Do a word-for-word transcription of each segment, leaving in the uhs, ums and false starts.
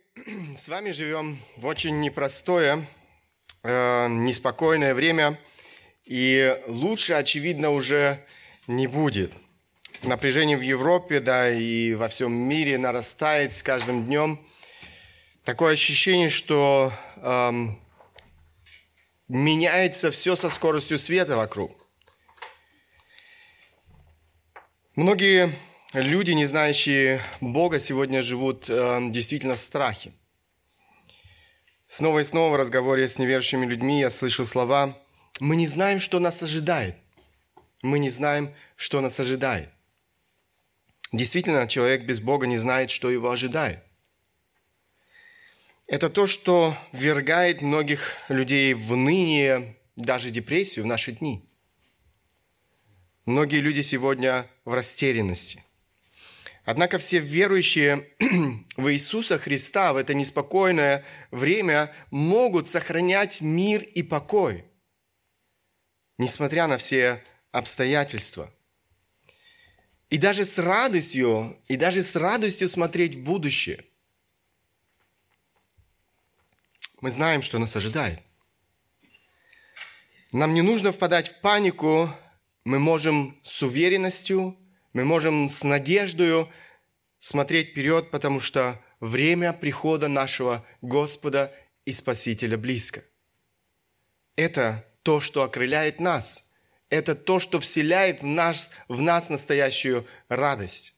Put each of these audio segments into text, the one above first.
с вами живем в очень непростое, э, неспокойное время, и лучше, очевидно, уже не будет. Напряжение в Европе, да, и во всем мире нарастает с каждым днем. Такое ощущение, что э, меняется все со скоростью света вокруг. Многие люди, не знающие Бога, сегодня живут э, действительно в страхе. Снова и снова в разговоре с неверующими людьми я слышу слова: «Мы не знаем, что нас ожидает. Мы не знаем, что нас ожидает». Действительно, человек без Бога не знает, что его ожидает. Это то, что ввергает многих людей в уныние, даже депрессию в наши дни. Многие люди сегодня в растерянности. Однако все верующие в Иисуса Христа в это неспокойное время могут сохранять мир и покой, несмотря на все обстоятельства. И даже с радостью, и даже с радостью смотреть в будущее. Мы знаем, что нас ожидает. Нам не нужно впадать в панику. Мы можем с уверенностью, мы можем с надеждой смотреть вперед, потому что время прихода нашего Господа и Спасителя близко. Это то, что окрыляет нас. Это то, что вселяет в нас, в нас настоящую радость.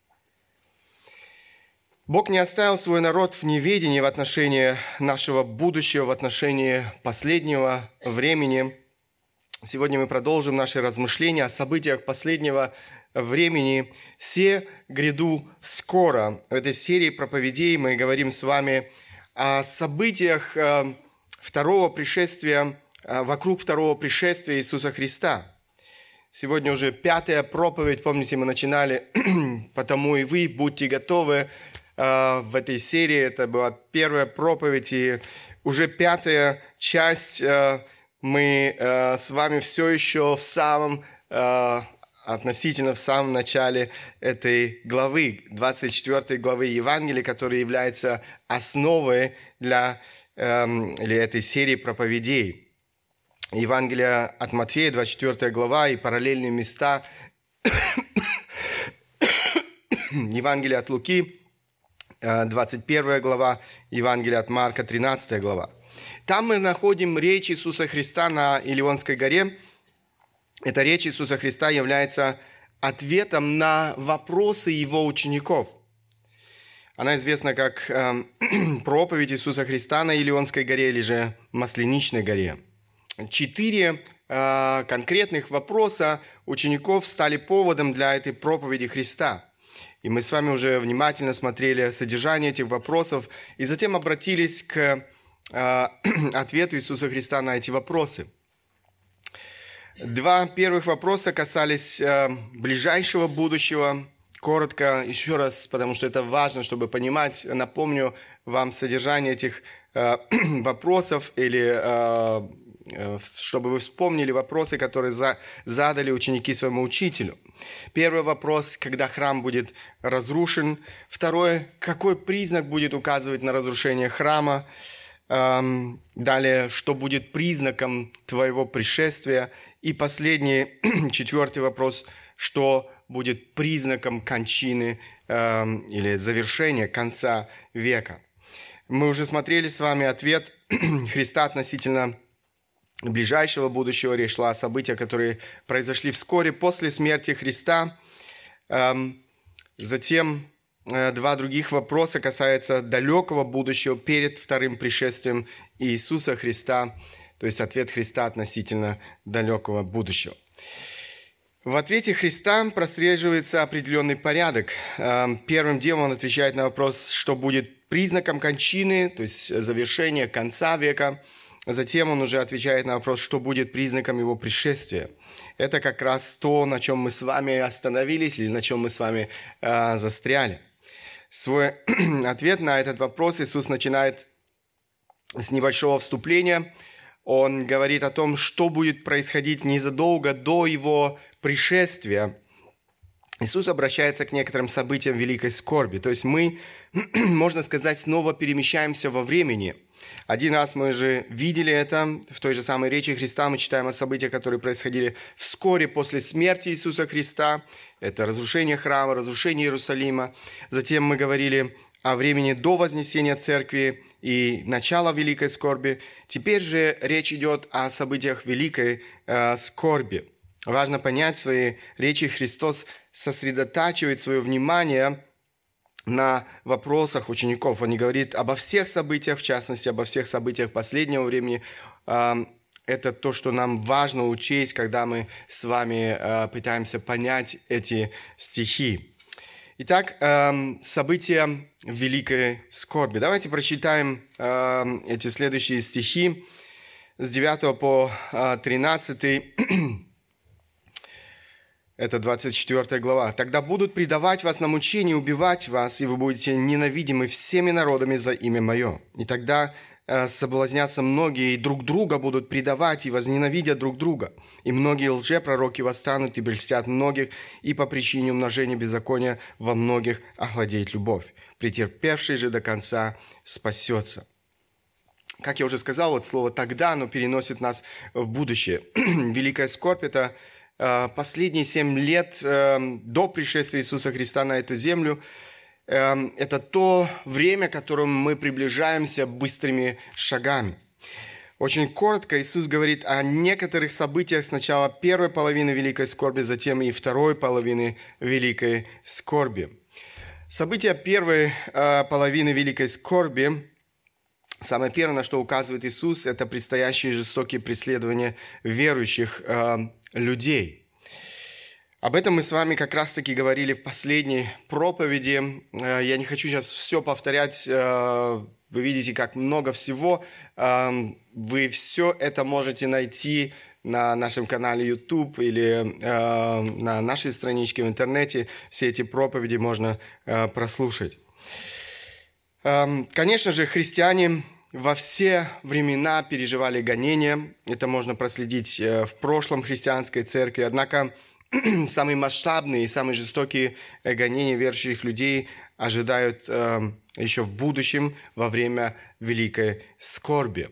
Бог не оставил свой народ в неведении в отношении нашего будущего, в отношении последнего времени. Сегодня мы продолжим наши размышления о событиях последнего времени. «Се гряду скоро». В этой серии проповедей мы говорим с вами о событиях второго пришествия, вокруг второго пришествия Иисуса Христа. Сегодня уже пятая проповедь. Помните, мы начинали «Потому и вы будьте готовы». В этой серии это была первая проповедь, и уже пятая часть. Мы с вами все еще в самом, относительно в самом начале этой главы, двадцать четвёртой главы Евангелия, которая является основой для, для этой серии проповедей. Евангелие от Матфея, двадцать четвёртая глава, и параллельные места. Евангелие от Луки, двадцать первая глава, Евангелие от Марка, тринадцатая глава. Там мы находим речь Иисуса Христа на Илионской горе. Эта речь Иисуса Христа является ответом на вопросы Его учеников. Она известна как э, проповедь Иисуса Христа на Илионской горе или же Масленичной горе. Четыре э, конкретных вопроса учеников стали поводом для этой проповеди Христа. И мы с вами уже внимательно смотрели содержание этих вопросов и затем обратились к э, ответу Иисуса Христа на эти вопросы. Два первых вопроса касались э, ближайшего будущего. Коротко, еще раз, потому что это важно, чтобы понимать, напомню вам содержание этих э, вопросов, или э, э, чтобы вы вспомнили вопросы, которые за, задали ученики своему учителю. Первый вопрос: когда храм будет разрушен? Второй: какой признак будет указывать на разрушение храма? Эм, далее: что будет признаком твоего пришествия? И последний, четвертый вопрос: что будет признаком кончины э, или завершения конца века? Мы уже смотрели с вами ответ Христа относительно ближайшего будущего. Речь шла о событиях, которые произошли вскоре после смерти Христа. Эм, затем э, два других вопроса касаются далекого будущего перед вторым пришествием Иисуса Христа. То есть ответ Христа относительно далекого будущего. В ответе Христа прослеживается определенный порядок. Первым делом он отвечает на вопрос, что будет признаком кончины, то есть завершения конца века. Затем он уже отвечает на вопрос, что будет признаком его пришествия. Это как раз то, на чем мы с вами остановились или на чем мы с вами э, застряли. Свой ответ на этот вопрос Иисус начинает с небольшого вступления. Он говорит о том, что будет происходить незадолго до его пришествия. Иисус обращается к некоторым событиям великой скорби. То есть мы, можно сказать, снова перемещаемся во времени. Один раз мы же видели это в той же самой речи Христа. Мы читаем о событиях, которые происходили вскоре после смерти Иисуса Христа. Это разрушение храма, разрушение Иерусалима. Затем мы говорили о времени до вознесения церкви и начала великой скорби. Теперь же речь идет о событиях великой э, скорби. Важно понять, в своей речи Христос сосредотачивает свое внимание на вопросах учеников. Он не говорит обо всех событиях, в частности, обо всех событиях последнего времени. Это то, что нам важно учесть, когда мы с вами пытаемся понять эти стихи. Итак, события великой скорби. Давайте прочитаем эти следующие стихи с девятого по тринадцатый. Это двадцать четвёртая глава. «Тогда будут предавать вас на мучение, убивать вас, и вы будете ненавидимы всеми народами за имя Мое. И тогда э, соблазнятся многие, и друг друга будут предавать, и возненавидят друг друга. И многие лжепророки восстанут и прельстят многих, и по причине умножения беззакония во многих охладеет любовь. Претерпевший же до конца спасется». Как я уже сказал, вот слово «тогда», оно переносит нас в будущее. Великая скорбь – это последние семь лет до пришествия Иисуса Христа на эту землю. Это то время, к которому мы приближаемся быстрыми шагами. Очень коротко Иисус говорит о некоторых событиях сначала первой половины великой скорби, затем и второй половины великой скорби. События первой половины великой скорби, самое первое, на что указывает Иисус, это предстоящие жестокие преследования верующих людей. Об этом мы с вами как раз-таки говорили в последней проповеди. Я не хочу сейчас все повторять. Вы видите, как много всего. Вы все это можете найти на нашем канале YouTube или на нашей страничке в интернете. Все эти проповеди можно прослушать. Конечно же, христиане во все времена переживали гонения. Это можно проследить в прошлом христианской церкви. Однако самые масштабные и самые жестокие гонения верующих людей ожидают еще в будущем во время великой скорби.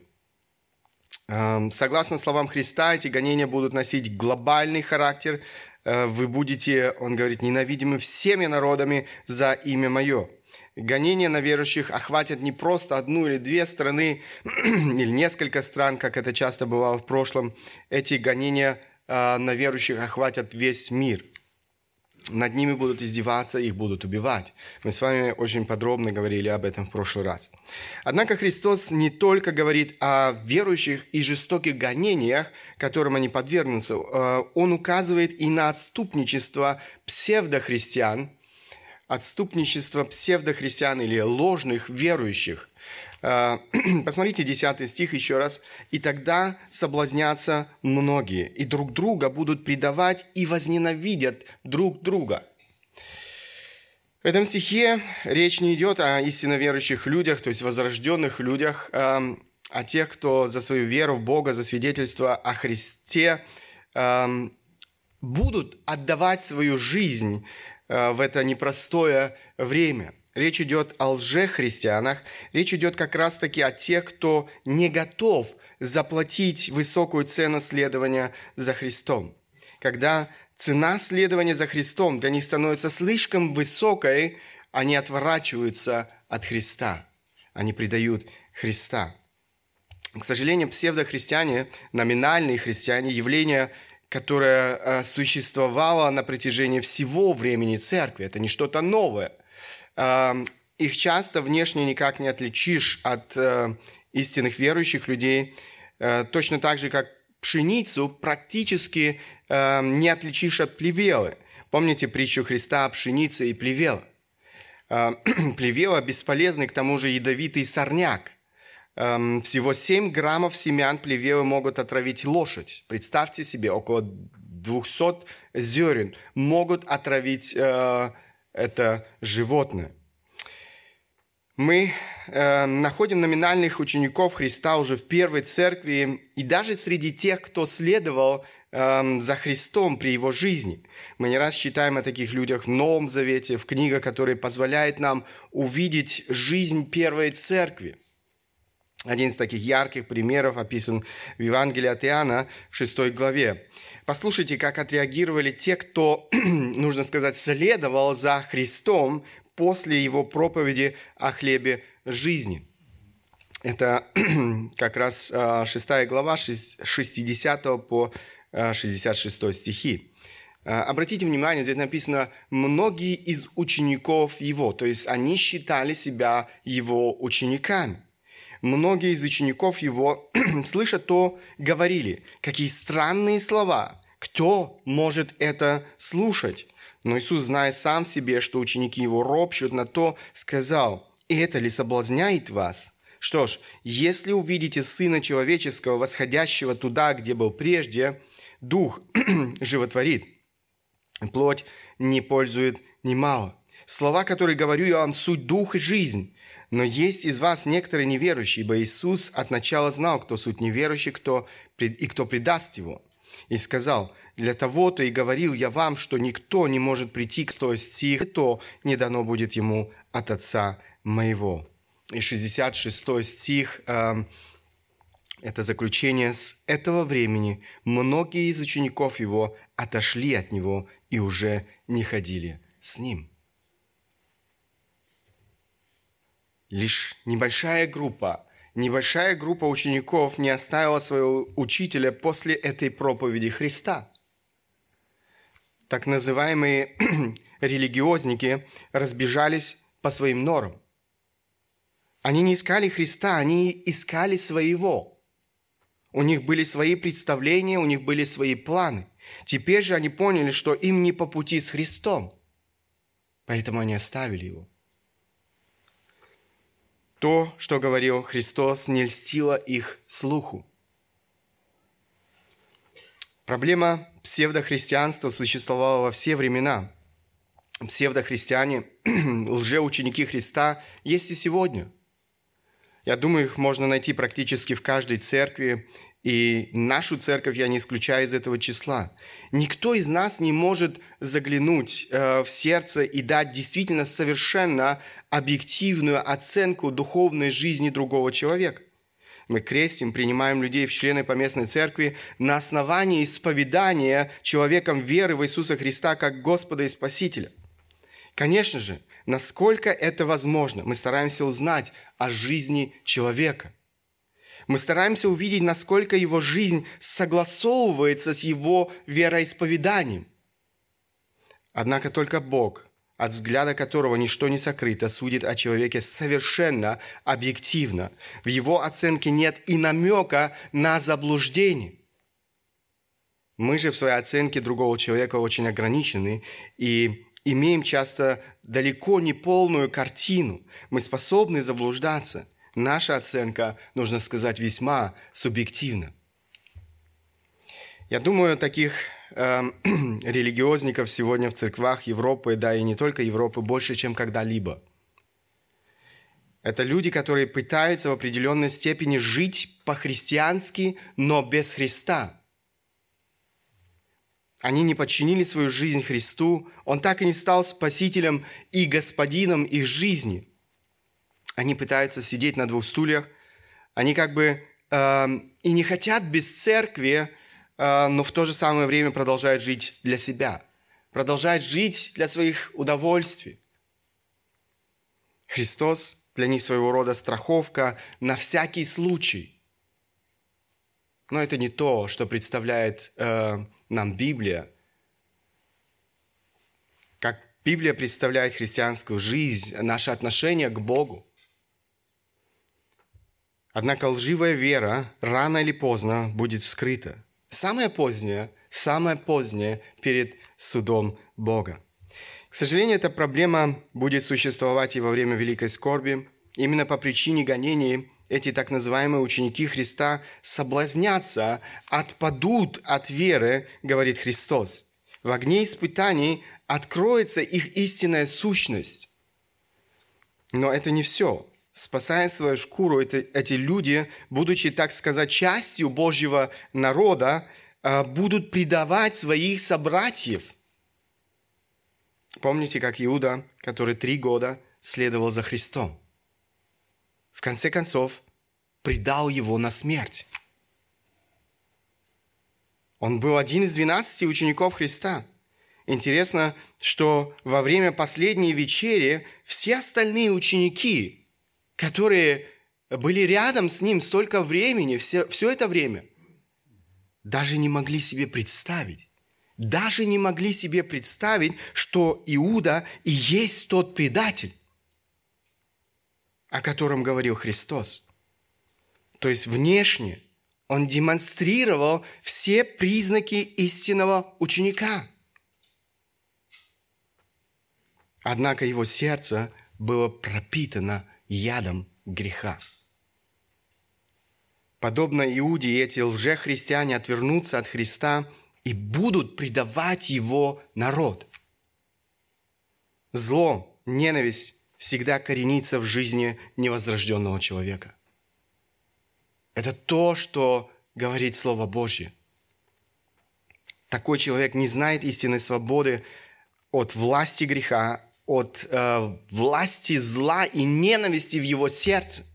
Согласно словам Христа, эти гонения будут носить глобальный характер. Вы будете, он говорит, ненавидимы всеми народами за имя Мое. Гонения на верующих охватят не просто одну или две страны, или несколько стран, как это часто бывало в прошлом. Эти гонения э, на верующих охватят весь мир. Над ними будут издеваться, их будут убивать. Мы с вами очень подробно говорили об этом в прошлый раз. Однако Христос не только говорит о верующих и жестоких гонениях, которым они подвергнутся. Он указывает и на отступничество псевдохристиан, отступничество псевдохристиан или ложных верующих. Посмотрите десятый стих еще раз. «И тогда соблазнятся многие, и друг друга будут предавать, и возненавидят друг друга». В этом стихе речь не идет о истинно верующих людях, то есть возрожденных людях, о тех, кто за свою веру в Бога, за свидетельство о Христе будут отдавать свою жизнь в это непростое время. Речь идет о лжехристианах. Речь идет как раз-таки о тех, кто не готов заплатить высокую цену следования за Христом. Когда цена следования за Христом для них становится слишком высокой, они отворачиваются от Христа. Они предают Христа. К сожалению, псевдохристиане, номинальные христиане, явление, которое существовало на протяжении всего времени церкви. Это не что-то новое. Их часто внешне никак не отличишь от истинных верующих людей. Точно так же, как пшеницу практически не отличишь от плевелы. Помните притчу Христа о пшенице и плевела? Плевела бесполезный, к тому же ядовитый сорняк. Всего семь граммов семян плевелы могут отравить лошадь. Представьте себе, около двести зерен могут отравить э, это животное. Мы э, находим номинальных учеников Христа уже в первой церкви и даже среди тех, кто следовал э, за Христом при Его жизни. Мы не раз читаем о таких людях в Новом Завете, в книгах, которые позволяют нам увидеть жизнь первой церкви. Один из таких ярких примеров описан в Евангелии от Иоанна в шестой главе. Послушайте, как отреагировали те, кто, нужно сказать, следовал за Христом после Его проповеди о хлебе жизни. Это как раз шестая глава, с шестидесятого по шестьдесят шестой стихи. Обратите внимание, здесь написано «многие из учеников Его», то есть они считали себя Его учениками. Многие из учеников Его, слыша то, говорили, какие странные слова, кто может это слушать? Но Иисус, зная сам себе, что ученики Его ропщут на то, сказал, «И это ли соблазняет вас? Что ж, если увидите Сына Человеческого, восходящего туда, где был прежде, Дух животворит, плоть не пользует немало. Слова, которые говорю я вам, суть Дух и жизнь. Но есть из вас некоторые неверующие, ибо Иисус от начала знал, кто суть неверующий, кто, и кто предаст Его. И сказал, для того-то и говорил я вам, что никто не может прийти к той стих, то не дано будет ему от Отца моего». И шестьдесят шестой стих, э, это заключение: «С этого времени многие из учеников Его отошли от Него и уже не ходили с Ним». Лишь небольшая группа, небольшая группа учеников не оставила своего учителя после этой проповеди Христа. Так называемые религиозники разбежались по своим норам. Они не искали Христа, они искали своего. У них были свои представления, у них были свои планы. Теперь же они поняли, что им не по пути с Христом, поэтому они оставили Его. То, что говорил Христос, не льстило их слуху. Проблема псевдохристианства существовала во все времена. Псевдохристиане, лжеученики Христа есть и сегодня. Я думаю, их можно найти практически в каждой церкви, и нашу церковь я не исключаю из этого числа. Никто из нас не может заглянуть э, в сердце и дать действительно совершенно объективную оценку духовной жизни другого человека. Мы крестим, принимаем людей в члены поместной церкви на основании исповедания человеком веры в Иисуса Христа как Господа и Спасителя. Конечно же, насколько это возможно, мы стараемся узнать о жизни человека. Мы стараемся увидеть, насколько его жизнь согласовывается с его вероисповеданием. Однако только Бог, от взгляда которого ничто не сокрыто, судит о человеке совершенно объективно. В его оценке нет и намека на заблуждение. Мы же в своей оценке другого человека очень ограничены и имеем часто далеко не полную картину. Мы способны заблуждаться. Наша оценка, нужно сказать, весьма субъективна. Я думаю, таких э, религиозников сегодня в церквах Европы, да и не только Европы, больше, чем когда-либо. Это люди, которые пытаются в определенной степени жить по-христиански, но без Христа. Они не подчинили свою жизнь Христу. Он так и не стал спасителем и господином их жизни. Они пытаются сидеть на двух стульях. Они как бы э, и не хотят без церкви, э, но в то же самое время продолжают жить для себя. Продолжают жить для своих удовольствий. Христос для них своего рода страховка на всякий случай. Но это не то, что представляет э, нам Библия. Как Библия представляет христианскую жизнь, наше отношение к Богу. Однако лживая вера рано или поздно будет вскрыта. Самое позднее, самое позднее перед судом Бога. К сожалению, эта проблема будет существовать и во время Великой Скорби. Именно по причине гонений эти так называемые ученики Христа соблазнятся, отпадут от веры, говорит Христос. В огне испытаний откроется их истинная сущность. Но это не все. Спасая свою шкуру, это, эти люди, будучи, так сказать, частью Божьего народа, будут предавать своих собратьев. Помните, как Иуда, который три года следовал за Христом, в конце концов предал его на смерть. Он был один из двенадцати учеников Христа. Интересно, что во время последней вечери все остальные ученики, которые были рядом с ним столько времени, все, все это время, даже не могли себе представить, даже не могли себе представить, что Иуда и есть тот предатель, о котором говорил Христос. То есть внешне он демонстрировал все признаки истинного ученика. Однако его сердце было пропитано ядом греха. Подобно Иуде, эти лжехристиане отвернутся от Христа и будут предавать его народ. Зло, ненависть всегда коренится в жизни невозрожденного человека. Это то, что говорит Слово Божье. Такой человек не знает истинной свободы от власти греха, от э, власти зла и ненависти в его сердце.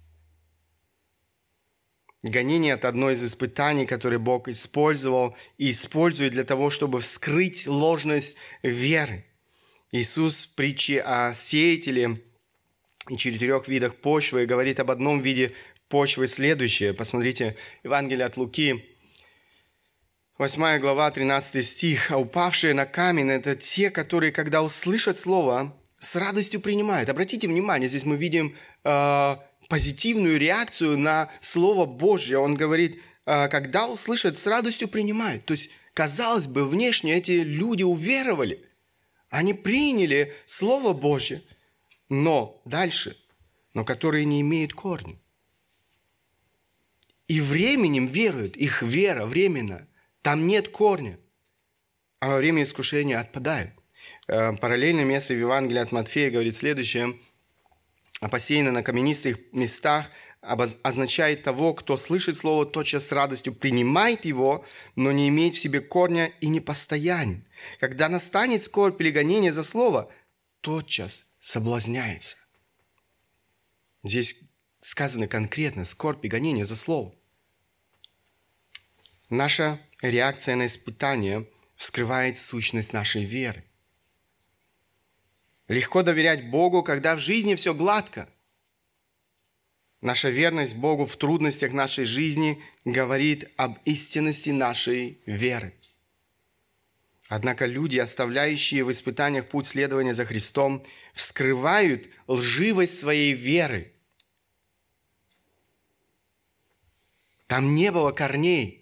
Гонение – это одно из испытаний, которые Бог использовал и использует для того, чтобы вскрыть ложность веры. Иисус в притче о сеятеле и четырех видах почвы говорит об одном виде почвы следующее. Посмотрите, Евангелие от Луки, восьмая глава, тринадцатый стих. «А упавшие на камень – это те, которые, когда услышат слово, с радостью принимают». Обратите внимание, здесь мы видим э, позитивную реакцию на Слово Божье. Он говорит, э, когда услышат, с радостью принимают. То есть, казалось бы, внешне эти люди уверовали. Они приняли Слово Божье, но дальше, но которые не имеют корня. И временем веруют, их вера временна, там нет корня, а во время искушения отпадают. Параллельное место в Евангелии от Матфея говорит следующее. «А посеянное на каменистых местах означает того, кто слышит слово, тотчас с радостью принимает его, но не имеет в себе корня и не постоянен. Когда настанет скорбь или гонение за слово, тотчас соблазняется». Здесь сказано конкретно скорбь и гонение за слово. Наша реакция на испытание вскрывает сущность нашей веры. Легко доверять Богу, когда в жизни все гладко. Наша верность Богу в трудностях нашей жизни говорит об истинности нашей веры. Однако люди, оставляющие в испытаниях путь следования за Христом, вскрывают лживость своей веры. Там не было корней.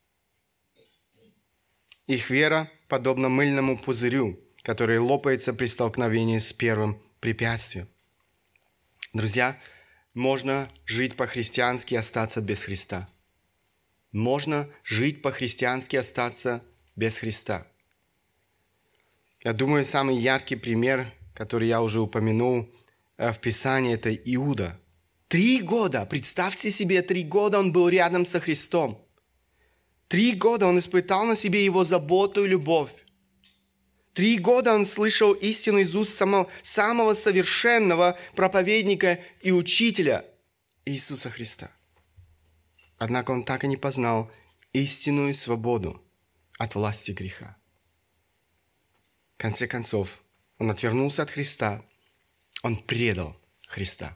Их вера подобна мыльному пузырю, который лопается при столкновении с первым препятствием. Друзья, можно жить по-христиански и остаться без Христа. Можно жить по-христиански и остаться без Христа. Я думаю, самый яркий пример, который я уже упомянул в Писании, это Иуда. Три года, представьте себе, три года он был рядом со Христом. Три года он испытал на себе его заботу и любовь. Три года он слышал истину из уст самого, самого совершенного проповедника и учителя Иисуса Христа. Однако он так и не познал истинную свободу от власти греха. В конце концов, он отвернулся от Христа, он предал Христа.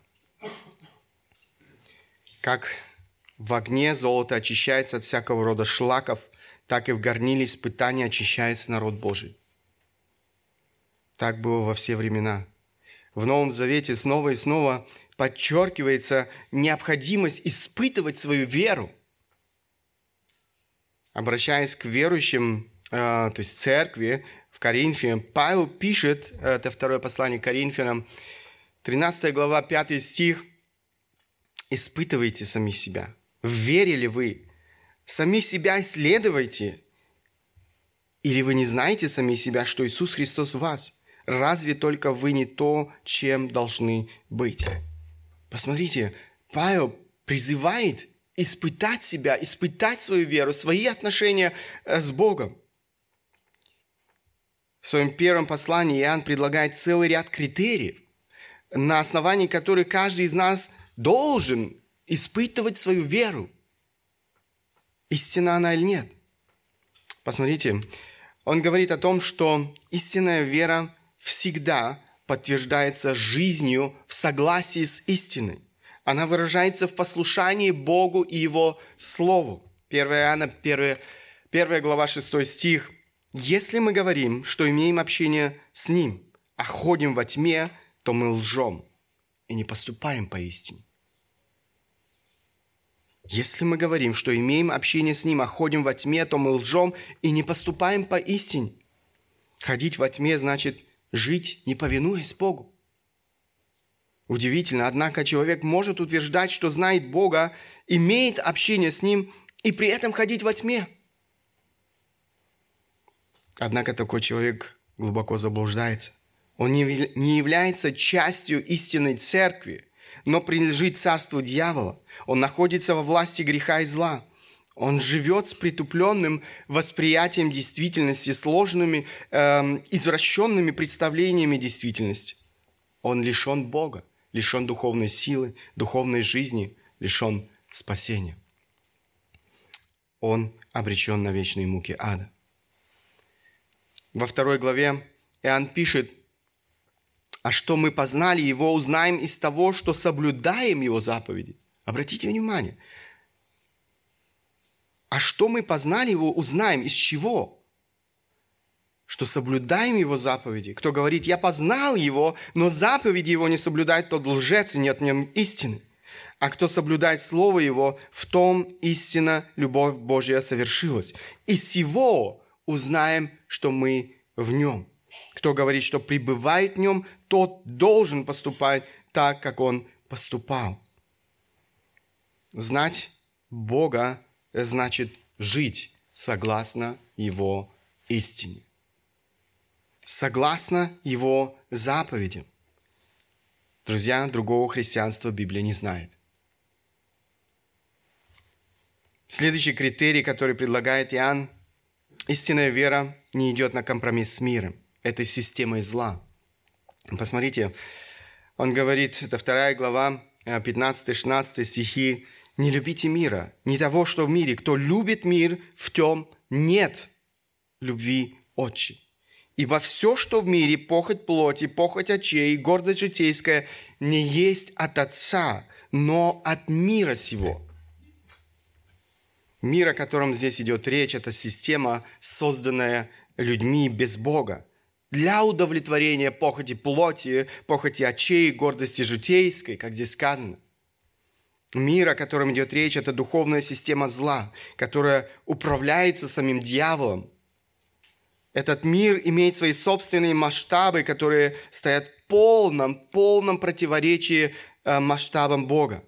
Как в огне золото очищается от всякого рода шлаков, так и в горниле испытания очищается народ Божий. Так было во все времена. В Новом Завете снова и снова подчеркивается необходимость испытывать свою веру. Обращаясь к верующим, то есть церкви в Коринфе, Павел пишет, это второе послание к Коринфянам, тринадцатая глава, пятый стих, «Испытывайте сами себя. Верили вы? Сами себя исследуйте. Или вы не знаете сами себя, что Иисус Христос в вас? Разве только вы не то, чем должны быть? Посмотрите, Павел призывает испытать себя, испытать свою веру, свои отношения с Богом. В своем первом послании Иоанн предлагает целый ряд критериев, на основании которых каждый из нас должен испытывать свою веру. Истинна она или нет? Посмотрите, он говорит о том, что истинная вера всегда подтверждается жизнью в согласии с истиной. Она выражается в послушании Богу и Его Слову. первое Иоанна, первая глава, шестой стих. «Если мы говорим, что имеем общение с Ним, а ходим во тьме, то мы лжем и не поступаем поистине». Если мы говорим, что имеем общение с Ним, а ходим во тьме, то мы лжем и не поступаем поистине. Ходить во тьме значит жить, не повинуясь Богу. Удивительно, однако человек может утверждать, что знает Бога, имеет общение с Ним и при этом ходить во тьме. Однако такой человек глубоко заблуждается. Он не является частью истинной церкви, но принадлежит царству дьявола. Он находится во власти греха и зла. Он живет с притупленным восприятием действительности, сложными, э, извращенными представлениями действительности. Он лишен Бога, лишен духовной силы, духовной жизни, лишен спасения. Он обречен на вечные муки ада. Во второй главе Иоанн пишет: «А что мы познали Его, узнаем из того, что соблюдаем Его заповеди». Обратите внимание. А что мы познали Его, узнаем из чего? Что соблюдаем Его заповеди. Кто говорит: «Я познал Его, но заповеди Его не соблюдает, тот лжец, и нет в нем истины». А кто соблюдает Слово Его, в том истина любовь Божья совершилась. Из сего узнаем, что мы в Нем. Кто говорит, что пребывает в Нем, тот должен поступать так, как Он поступал. Знать Бога значит жить согласно Его истине, согласно Его заповедям. Друзья, другого христианства Библия не знает. Следующий критерий, который предлагает Иоанн: истинная вера не идет на компромисс с миром, этой системой зла. Посмотрите, он говорит, это вторая глава, пятнадцатый-шестнадцатый стихи: «Не любите мира, не того, что в мире. Кто любит мир, в том нет любви Отчей. Ибо все, что в мире, похоть плоти, похоть очей, гордость житейская, не есть от Отца, но от мира сего». Мир, о котором здесь идет речь, это система, созданная людьми без Бога, для удовлетворения похоти плоти, похоти очей, гордости житейской, как здесь сказано. Мир, о котором идет речь, это духовная система зла, которая управляется самим дьяволом. Этот мир имеет свои собственные масштабы, которые стоят в полном, полном противоречии э, масштабам Бога,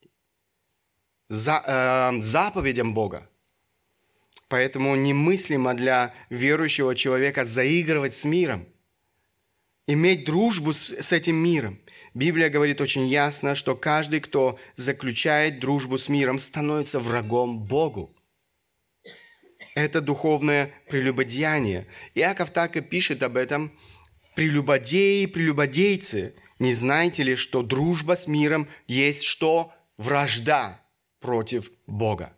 за, э, заповедям Бога. Поэтому немыслимо для верующего человека заигрывать с миром, иметь дружбу с, с этим миром. Библия говорит очень ясно, что каждый, кто заключает дружбу с миром, становится врагом Богу. Это духовное прелюбодеяние. Иаков так и пишет об этом: «Прелюбодеи, прелюбодейцы, не знаете ли, что дружба с миром есть что? Вражда против Бога».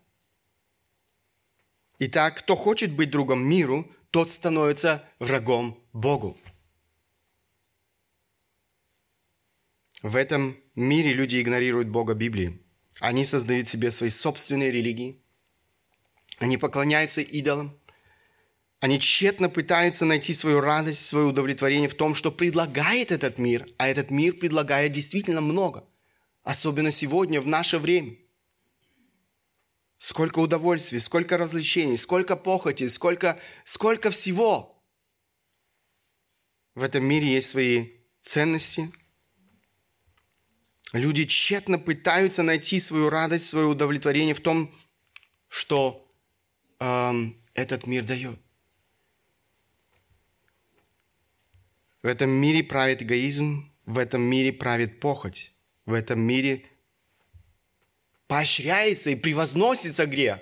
Итак, кто хочет быть другом миру, тот становится врагом Богу. В этом мире люди игнорируют Бога Библии. Они создают себе свои собственные религии. Они поклоняются идолам. Они тщетно пытаются найти свою радость, свое удовлетворение в том, что предлагает этот мир. А этот мир предлагает действительно много. Особенно сегодня, в наше время. Сколько удовольствий, сколько развлечений, сколько похоти, сколько, сколько всего. В этом мире есть свои ценности. Люди тщетно пытаются найти свою радость, свое удовлетворение в том, что эм, этот мир дает. В этом мире правит эгоизм, в этом мире правит похоть, в этом мире поощряется и превозносится грех.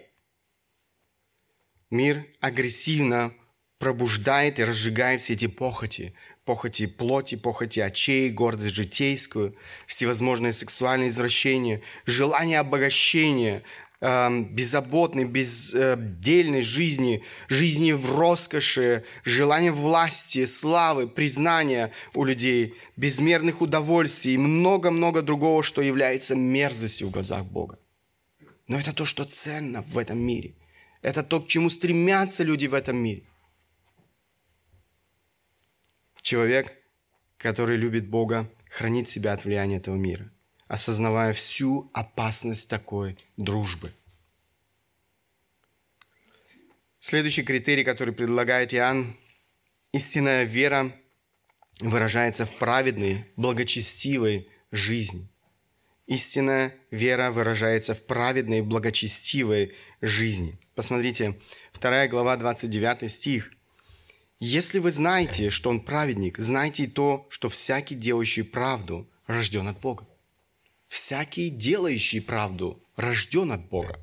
Мир агрессивно пробуждает и разжигает все эти похоти. Похоти плоти, похоти очей, гордость житейскую, всевозможные сексуальные извращения, желание обогащения, э, беззаботной, бездельной жизни, жизни в роскоши, желание власти, славы, признания у людей, безмерных удовольствий и много-много другого, что является мерзостью в глазах Бога. Но это то, что ценно в этом мире. Это то, к чему стремятся люди в этом мире. Человек, который любит Бога, хранит себя от влияния этого мира, осознавая всю опасность такой дружбы. Следующий критерий, который предлагает Иоанн: истинная вера выражается в праведной, благочестивой жизни. Истинная вера выражается в праведной, благочестивой жизни. Посмотрите, вторая глава, двадцать девятый стих. «Если вы знаете, что он праведник, знайте и то, что всякий, делающий правду, рожден от Бога». Всякий, делающий правду, рожден от Бога.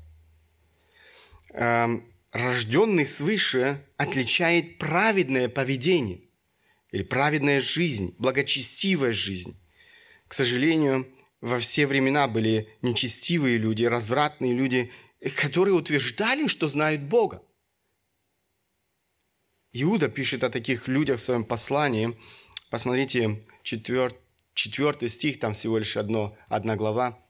Эм, рожденный свыше отличает праведное поведение или праведная жизнь, благочестивая жизнь. К сожалению, во все времена были нечестивые люди, развратные люди, которые утверждали, что знают Бога. Иуда пишет о таких людях в своем послании. Посмотрите, четвертый, четвертый стих, там всего лишь одно, одна глава.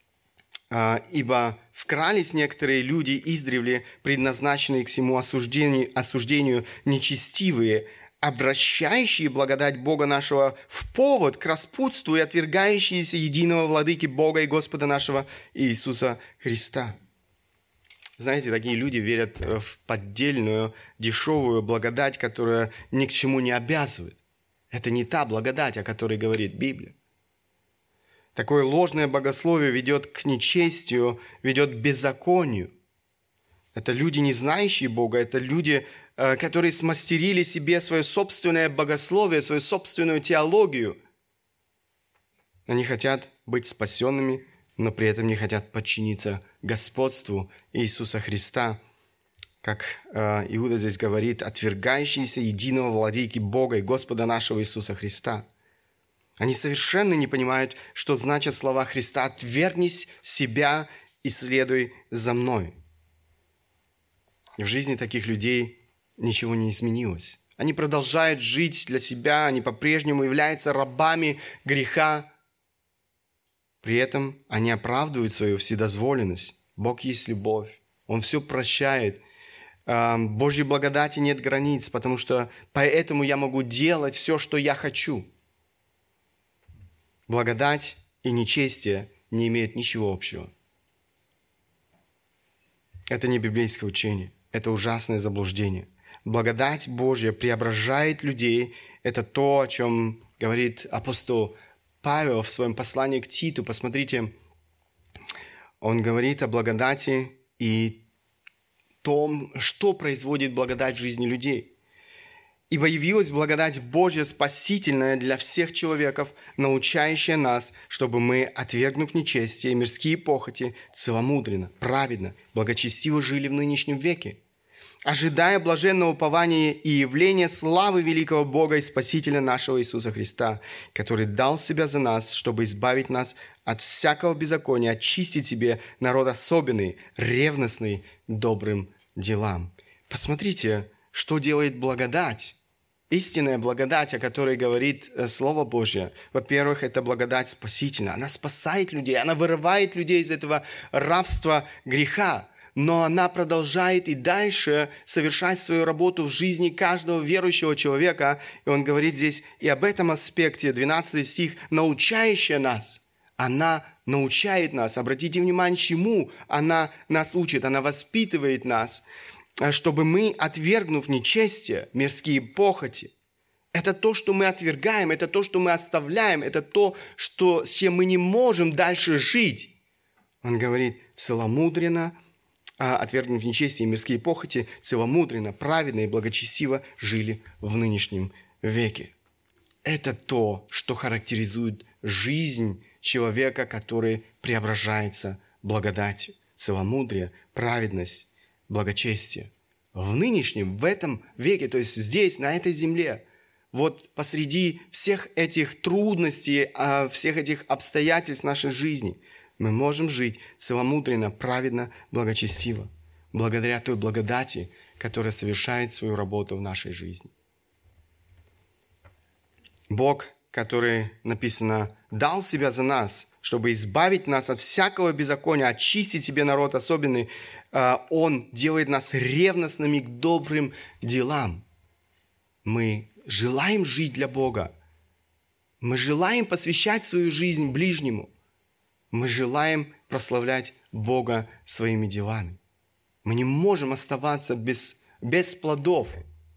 «Ибо вкрались некоторые люди издревле, предназначенные к всему осуждению, осуждению нечестивые, обращающие благодать Бога нашего в повод к распутству и отвергающиеся единого владыки Бога и Господа нашего Иисуса Христа». Знаете, такие люди верят в поддельную, дешевую благодать, которая ни к чему не обязывает. Это не та благодать, о которой говорит Библия. Такое ложное богословие ведет к нечестию, ведет к беззаконию. Это люди, не знающие Бога, это люди, которые смастерили себе свое собственное богословие, свою собственную теологию. Они хотят быть спасенными, но при этом не хотят подчиниться господству Иисуса Христа. Как э, Иуда здесь говорит, отвергающиеся единого владыки Бога и Господа нашего Иисуса Христа. Они совершенно не понимают, что значат слова Христа: «Отвергнись себя и следуй за мной». И в жизни таких людей ничего не изменилось. Они продолжают жить для себя, они по-прежнему являются рабами греха. При этом они оправдывают свою вседозволенность. Бог есть любовь. Он все прощает. Божьей благодати нет границ, потому что поэтому я могу делать все, что я хочу. Благодать и нечестие не имеют ничего общего. Это не библейское учение. Это ужасное заблуждение. Благодать Божья преображает людей. Это то, о чем говорит апостол Павел в своем послании к Титу. Посмотрите, он говорит о благодати и том, что производит благодать в жизни людей. «Ибо явилась благодать Божья спасительная для всех человеков, научающая нас, чтобы мы, отвергнув нечестие и мирские похоти, целомудренно, праведно, благочестиво жили в нынешнем веке, ожидая блаженного упования и явления славы великого Бога и Спасителя нашего Иисуса Христа, который дал себя за нас, чтобы избавить нас от всякого беззакония, очистить себе народ особенный, ревностный добрым делам». Посмотрите, что делает благодать. Истинная благодать, о которой говорит Слово Божье. Во-первых, это благодать спасительная. Она спасает людей, она вырывает людей из этого рабства греха. Но она продолжает и дальше совершать свою работу в жизни каждого верующего человека. И он говорит здесь и об этом аспекте, двенадцатый стих, научающая нас. Она научает нас. Обратите внимание, чему она нас учит. Она воспитывает нас, чтобы мы, отвергнув нечестие, мирские похоти, это то, что мы отвергаем, это то, что мы оставляем, это то, что, с чем мы не можем дальше жить. Он говорит, целомудренно, отвергнув нечестие и мирские похоти, целомудренно, праведно и благочестиво жили в нынешнем веке. Это то, что характеризует жизнь человека, который преображается благодатью, целомудрие, праведность, благочестие. В нынешнем, в этом веке, то есть здесь, на этой земле, вот посреди всех этих трудностей, всех этих обстоятельств нашей жизни, мы можем жить целомудренно, праведно, благочестиво, благодаря той благодати, которая совершает свою работу в нашей жизни. Бог, который, написано, дал себя за нас, чтобы избавить нас от всякого беззакония, очистить себе народ особенный, Он делает нас ревностными к добрым делам. Мы желаем жить для Бога. Мы желаем посвящать свою жизнь ближнему. Мы желаем прославлять Бога своими делами. Мы не можем оставаться без, без плодов.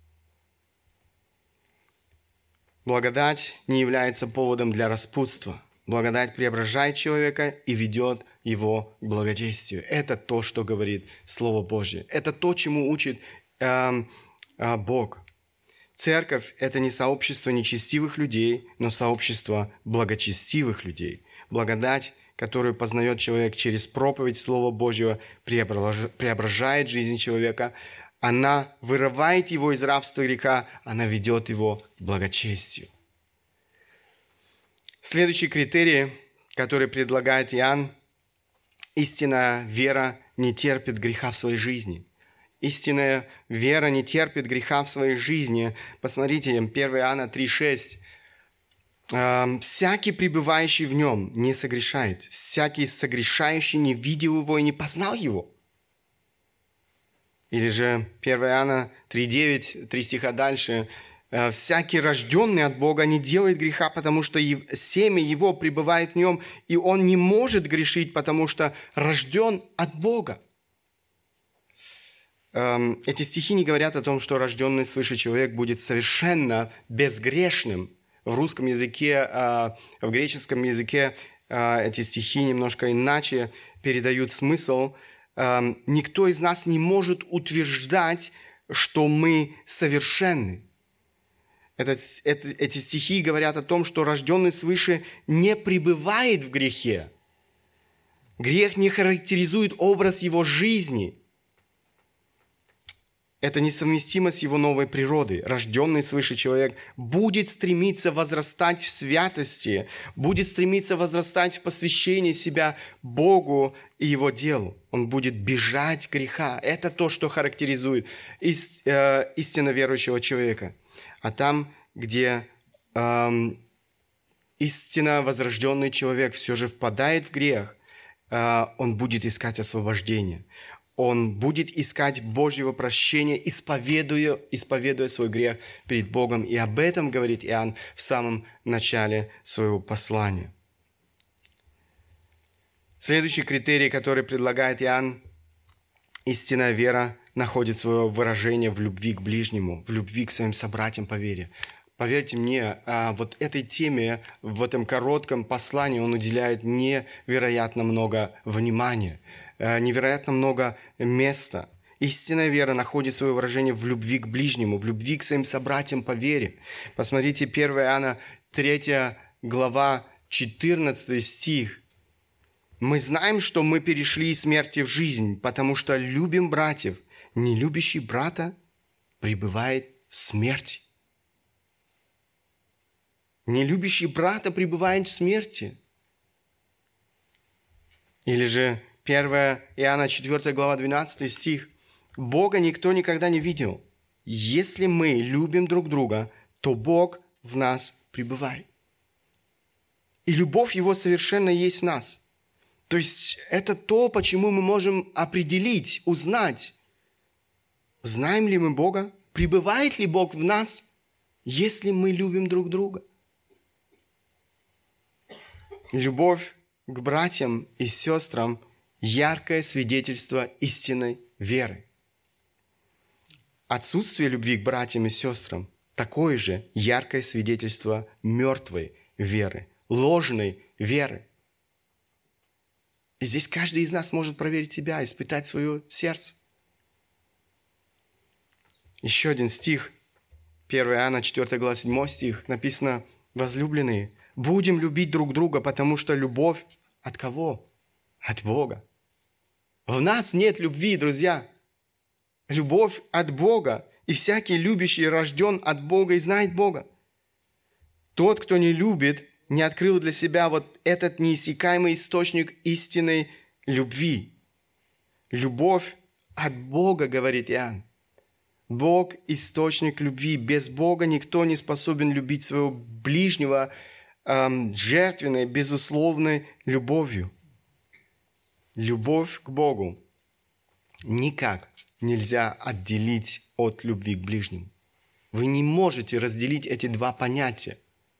Благодать не является поводом для распутства. Благодать преображает человека и ведет его к благочестию. Это то, что говорит Слово Божье. Это то, чему учит э, э, Бог. Церковь – это не сообщество нечестивых людей, но сообщество благочестивых людей. Благодать, которую познает человек через проповедь Слова Божьего, преображает жизнь человека. Она вырывает его из рабства греха, она ведет его к благочестию. Следующий критерий, который предлагает Иоанн: истинная вера не терпит греха в своей жизни. Истинная вера не терпит греха в своей жизни. Посмотрите, первое Иоанна три шесть. «Всякий, пребывающий в нем, не согрешает. Всякий согрешающий не видел его и не познал его». Или же первое Иоанна три девять, три стиха дальше. «Всякий, рожденный от Бога, не делает греха, потому что семя его пребывает в нем, и он не может грешить, потому что рожден от Бога». Эти стихи не говорят о том, что рожденный свыше человек будет совершенно безгрешным. В русском языке, в греческом языке эти стихи немножко иначе передают смысл. Никто из нас не может утверждать, что мы совершенны. Это, это, эти стихи говорят о том, что рожденный свыше не пребывает в грехе. Грех не характеризует образ его жизни. Это несовместимо с его новой природой. Рожденный свыше человек будет стремиться возрастать в святости, будет стремиться возрастать в посвящении себя Богу и его делу. Он будет бежать греха. Это то, что характеризует ист, э, истинно верующего человека. А там, где э, истинно возрожденный человек все же впадает в грех, э, он будет искать освобождение. Он будет искать Божьего прощения, исповедуя, исповедуя свой грех перед Богом. И об этом говорит Иоанн в самом начале своего послания. Следующий критерий, который предлагает Иоанн: истинная вера находит свое выражение в любви к ближнему, в любви к своим собратьям по вере. Поверьте мне, вот этой теме в этом коротком послании он уделяет невероятно много внимания, невероятно много места. Истинная вера находит свое выражение в любви к ближнему, в любви к своим собратьям по вере. Посмотрите, первое Иоанна третья глава, четырнадцатый стих. «Мы знаем, что мы перешли из смерти в жизнь, потому что любим братьев. Не любящий брата пребывает в смерти». Не любящий брата пребывает в смерти. Или же первое Иоанна четвёртая глава, двенадцатый стих. «Бога никто никогда не видел. Если мы любим друг друга, то Бог в нас пребывает. И любовь Его совершенно есть в нас». То есть это то, почему мы можем определить, узнать, знаем ли мы Бога, пребывает ли Бог в нас, если мы любим друг друга. Любовь к братьям и сестрам – яркое свидетельство истинной веры. Отсутствие любви к братьям и сестрам – такое же яркое свидетельство мертвой веры, ложной веры. И здесь каждый из нас может проверить себя, испытать свое сердце. Еще один стих, первое Иоанна четвёртая глава, седьмой стих, написано: возлюбленные, будем любить друг друга, потому что любовь от кого? От Бога. В нас нет любви, друзья. Любовь от Бога. И всякий любящий рожден от Бога и знает Бога. Тот, кто не любит, не открыл для себя вот этот неиссякаемый источник истинной любви. Любовь от Бога, говорит Иоанн. Бог – источник любви. Без Бога никто не способен любить своего ближнего эм, жертвенной, безусловной любовью. Любовь к Богу никак нельзя отделить от любви к ближнему. Вы не можете разделить эти два понятия.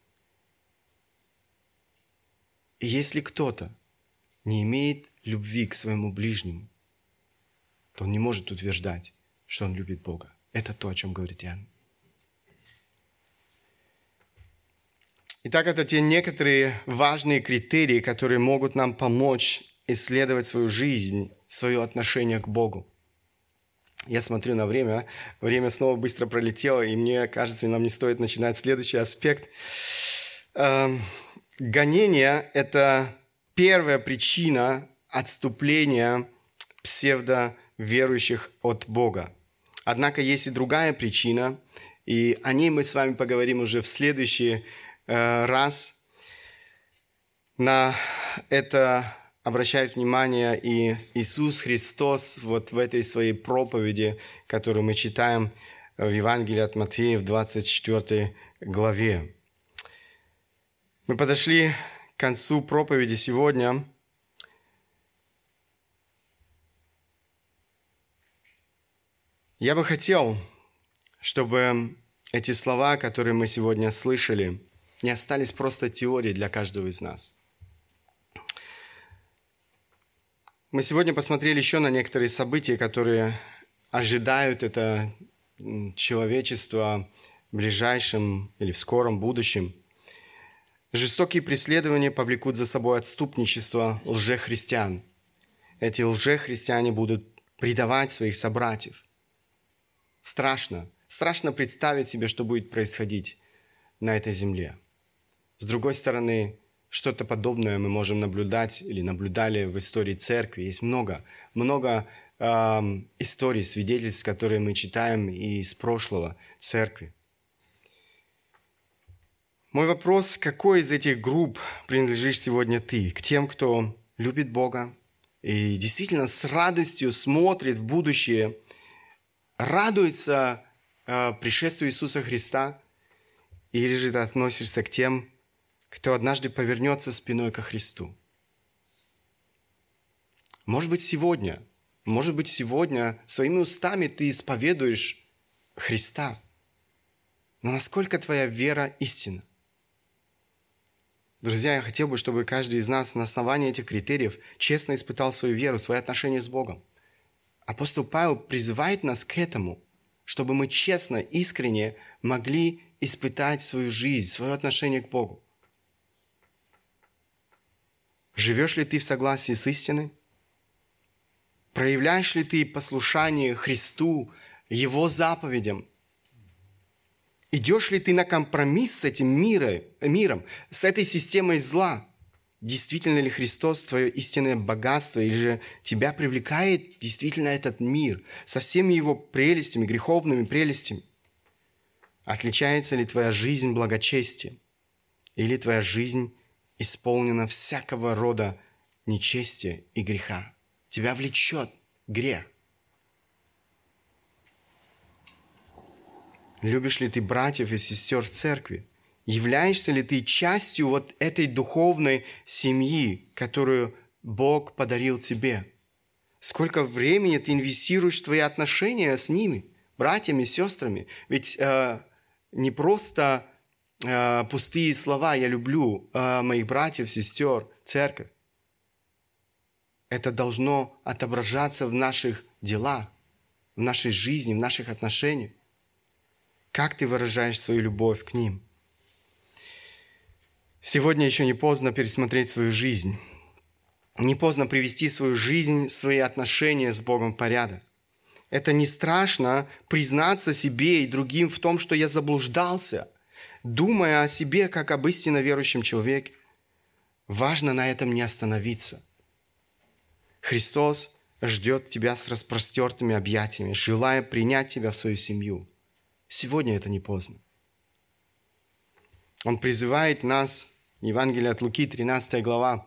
И если кто-то не имеет любви к своему ближнему, то он не может утверждать, что он любит Бога. Это то, о чем говорит Иоанн. Итак, это те некоторые важные критерии, которые могут нам помочь исследовать свою жизнь, свое отношение к Богу. Я смотрю на время, время снова быстро пролетело, и мне кажется, нам не стоит начинать следующий аспект. Гонение – это первая причина отступления псевдоверующих от Бога. Однако есть и другая причина, и о ней мы с вами поговорим уже в следующий э, раз. На это обращает внимание и Иисус Христос вот в этой своей проповеди, которую мы читаем в Евангелии от Матфея в двадцать четвёртой главе. Мы подошли к концу проповеди сегодня. Я бы хотел, чтобы эти слова, которые мы сегодня слышали, не остались просто теорией для каждого из нас. Мы сегодня посмотрели еще на некоторые события, которые ожидают это человечество в ближайшем или в скором будущем. Жестокие преследования повлекут за собой отступничество лжехристиан. Эти лжехристиане будут предавать своих собратьев. Страшно. Страшно представить себе, что будет происходить на этой земле. С другой стороны, что-то подобное мы можем наблюдать или наблюдали в истории церкви. Есть много, много э, историй, свидетельств, которые мы читаем и из прошлого церкви. Мой вопрос, к какой из этих групп принадлежишь сегодня ты? К тем, кто любит Бога и действительно с радостью смотрит в будущее, радуется э, пришествию Иисуса Христа, или же ты относишься к тем, кто однажды повернется спиной ко Христу? Может быть, сегодня, может быть, сегодня своими устами ты исповедуешь Христа, но насколько твоя вера истинна? Друзья, я хотел бы, чтобы каждый из нас на основании этих критериев честно испытал свою веру, свои отношения с Богом. Апостол Павел призывает нас к этому, чтобы мы честно, искренне могли испытать свою жизнь, свое отношение к Богу. Живешь ли ты в согласии с истиной? Проявляешь ли ты послушание Христу, Его заповедям? Идешь ли ты на компромисс с этим миром, миром, с этой системой зла? Действительно ли Христос твое истинное богатство, или же тебя привлекает действительно этот мир со всеми его прелестями, греховными прелестями? Отличается ли твоя жизнь благочестием, или твоя жизнь исполнена всякого рода нечестия и греха? Тебя влечет грех. Любишь ли ты братьев и сестер в церкви? Являешься ли ты частью вот этой духовной семьи, которую Бог подарил тебе? Сколько времени ты инвестируешь в твои отношения с ними, братьями, сестрами? Ведь э, не просто э, пустые слова «я люблю э, моих братьев, сестер, церковь». Это должно отображаться в наших делах, в нашей жизни, в наших отношениях. Как ты выражаешь свою любовь к ним? Сегодня еще не поздно пересмотреть свою жизнь. Не поздно привести свою жизнь, свои отношения с Богом в порядок. Это не страшно признаться себе и другим в том, что я заблуждался. думая о себе, как об истинно верующем человеке. Важно на этом не остановиться. Христос ждет тебя с распростертыми объятиями, желая принять тебя в свою семью. Сегодня это не поздно. Он призывает нас, Евангелие от Луки, тринадцатая глава,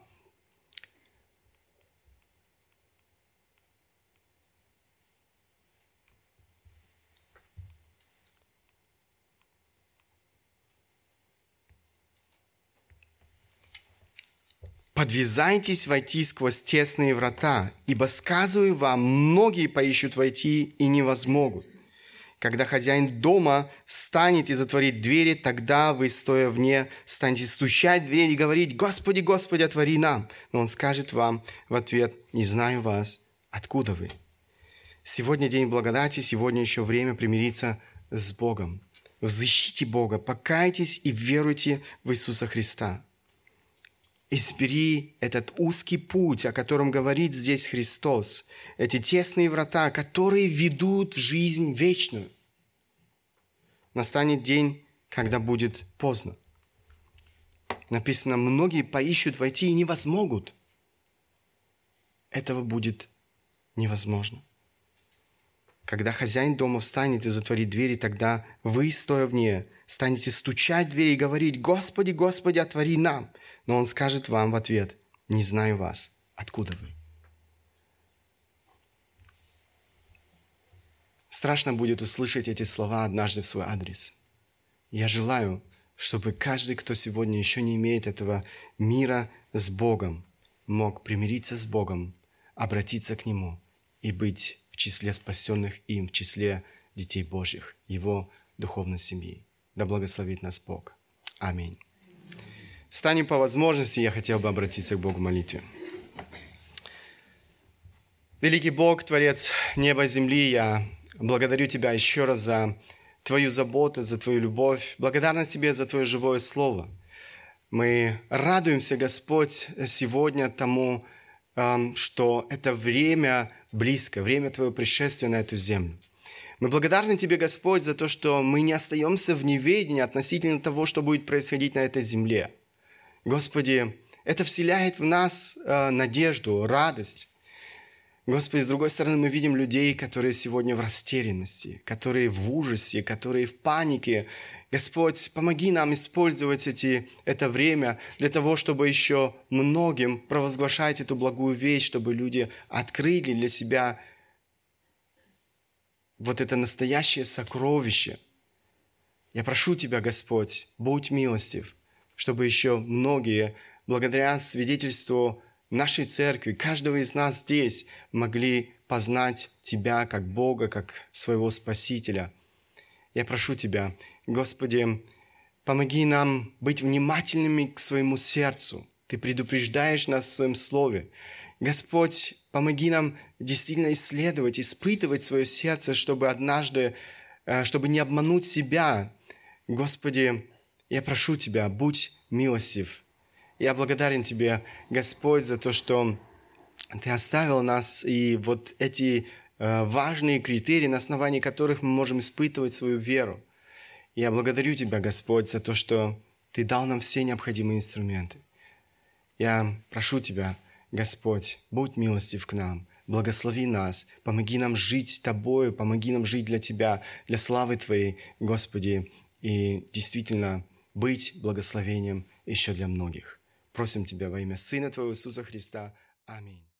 «Подвязайтесь войти сквозь тесные врата, ибо, сказываю вам, многие поищут войти и не возмогут. Когда хозяин дома встанет и затворит двери, тогда вы, стоя вне, станете стучать в дверь и говорить: Господи, Господи, отвори нам. Но он скажет вам в ответ: не знаю вас, откуда вы? Сегодня день благодати, сегодня еще время примириться с Богом. Взыщите Бога, покайтесь и веруйте в Иисуса Христа. Избери этот узкий путь, о котором говорит здесь Христос, эти тесные врата, которые ведут в жизнь вечную. Настанет день, когда будет поздно. Написано, многие поищут войти и не возмогут. Этого будет невозможно. Когда хозяин дома встанет и затворит двери, тогда вы, стоя вне, станете стучать в двери и говорить: Господи, Господи, отвори нам. Но он скажет вам в ответ: не знаю вас, откуда вы? Страшно будет услышать эти слова однажды в свой адрес. Я желаю, чтобы каждый, кто сегодня еще не имеет этого мира с Богом, мог примириться с Богом, обратиться к Нему и быть в числе спасенных им, в числе детей Божьих, Его духовной семьи. Да благословит нас Бог. Аминь. Встанем по возможности, я хотел бы обратиться к Богу в молитве. Великий Бог, Творец неба и земли, я благодарю Тебя еще раз за Твою заботу, за Твою любовь. Благодарность Тебе за Твое живое Слово. Мы радуемся, Господь, сегодня тому, что это время близко, время Твоего пришествия на эту землю. Мы благодарны Тебе, Господь, за то, что мы не остаемся в неведении относительно того, что будет происходить на этой земле. Господи, это вселяет в нас э, надежду, радость. Господи, с другой стороны, мы видим людей, которые сегодня в растерянности, которые в ужасе, которые в панике. Господь, помоги нам использовать эти, это время для того, чтобы еще многим провозглашать эту благую весть, чтобы люди открыли для себя вот это настоящее сокровище. Я прошу Тебя, Господь, будь милостив, чтобы еще многие, благодаря свидетельству нашей церкви, каждого из нас здесь, могли познать Тебя как Бога, как своего Спасителя. Я прошу Тебя, Господи, помоги нам быть внимательными к своему сердцу. Ты предупреждаешь нас в Своем Слове. Господь, помоги нам действительно исследовать, испытывать свое сердце, чтобы однажды, чтобы не обмануть себя. Господи, я прошу Тебя, будь милостив. Я благодарен Тебе, Господь, за то, что Ты оставил нас, и вот эти э, важные критерии, на основании которых мы можем испытывать свою веру. Я благодарю Тебя, Господь, за то, что Ты дал нам все необходимые инструменты. Я прошу Тебя, Господь, будь милостив к нам, благослови нас, помоги нам жить с Тобою, помоги нам жить для Тебя, для славы Твоей, Господи, и действительно быть благословением еще для многих. Просим Тебя во имя Сына Твоего Иисуса Христа. Аминь.